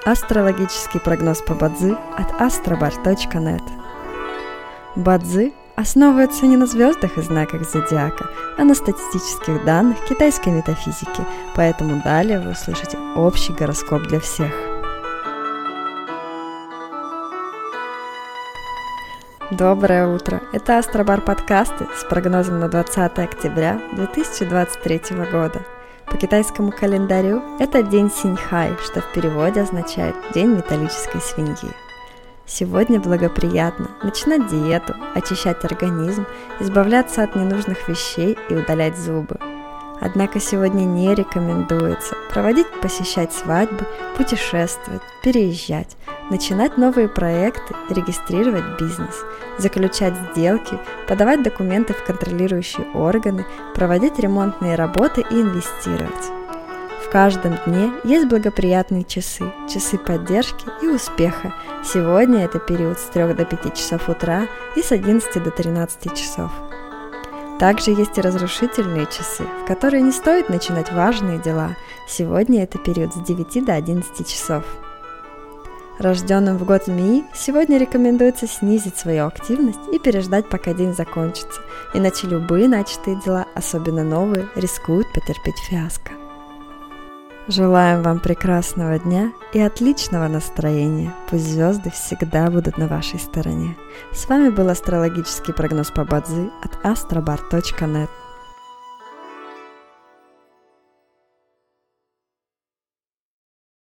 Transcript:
Астрологический прогноз по Бадзи от astrobar.net. Бадзи основывается не на звездах и знаках зодиака, а на статистических данных китайской метафизики, поэтому далее вы услышите общий гороскоп для всех. Доброе утро! Это Астробар подкасты с прогнозом на 20 октября 2023 года. По китайскому календарю это день Синьхай, что в переводе означает «день металлической свиньи». Сегодня благоприятно начинать диету, очищать организм, избавляться от ненужных вещей и удалять зубы. Однако сегодня не рекомендуется посещать свадьбы, путешествовать, переезжать, начинать новые проекты, регистрировать бизнес, заключать сделки, подавать документы в контролирующие органы, проводить ремонтные работы и инвестировать. В каждом дне есть благоприятные часы поддержки и успеха. Сегодня это период с 3 до 5 часов утра и с 11 до 13 часов. Также есть и разрушительные часы, в которые не стоит начинать важные дела. Сегодня это период с 9 до 11 часов. Рожденным в год змеи сегодня рекомендуется снизить свою активность и переждать, пока день закончится, иначе любые начатые дела, особенно новые, рискуют потерпеть фиаско. Желаем вам прекрасного дня и отличного настроения. Пусть звезды всегда будут на вашей стороне. С вами был астрологический прогноз по Бадзи от astrobar.net.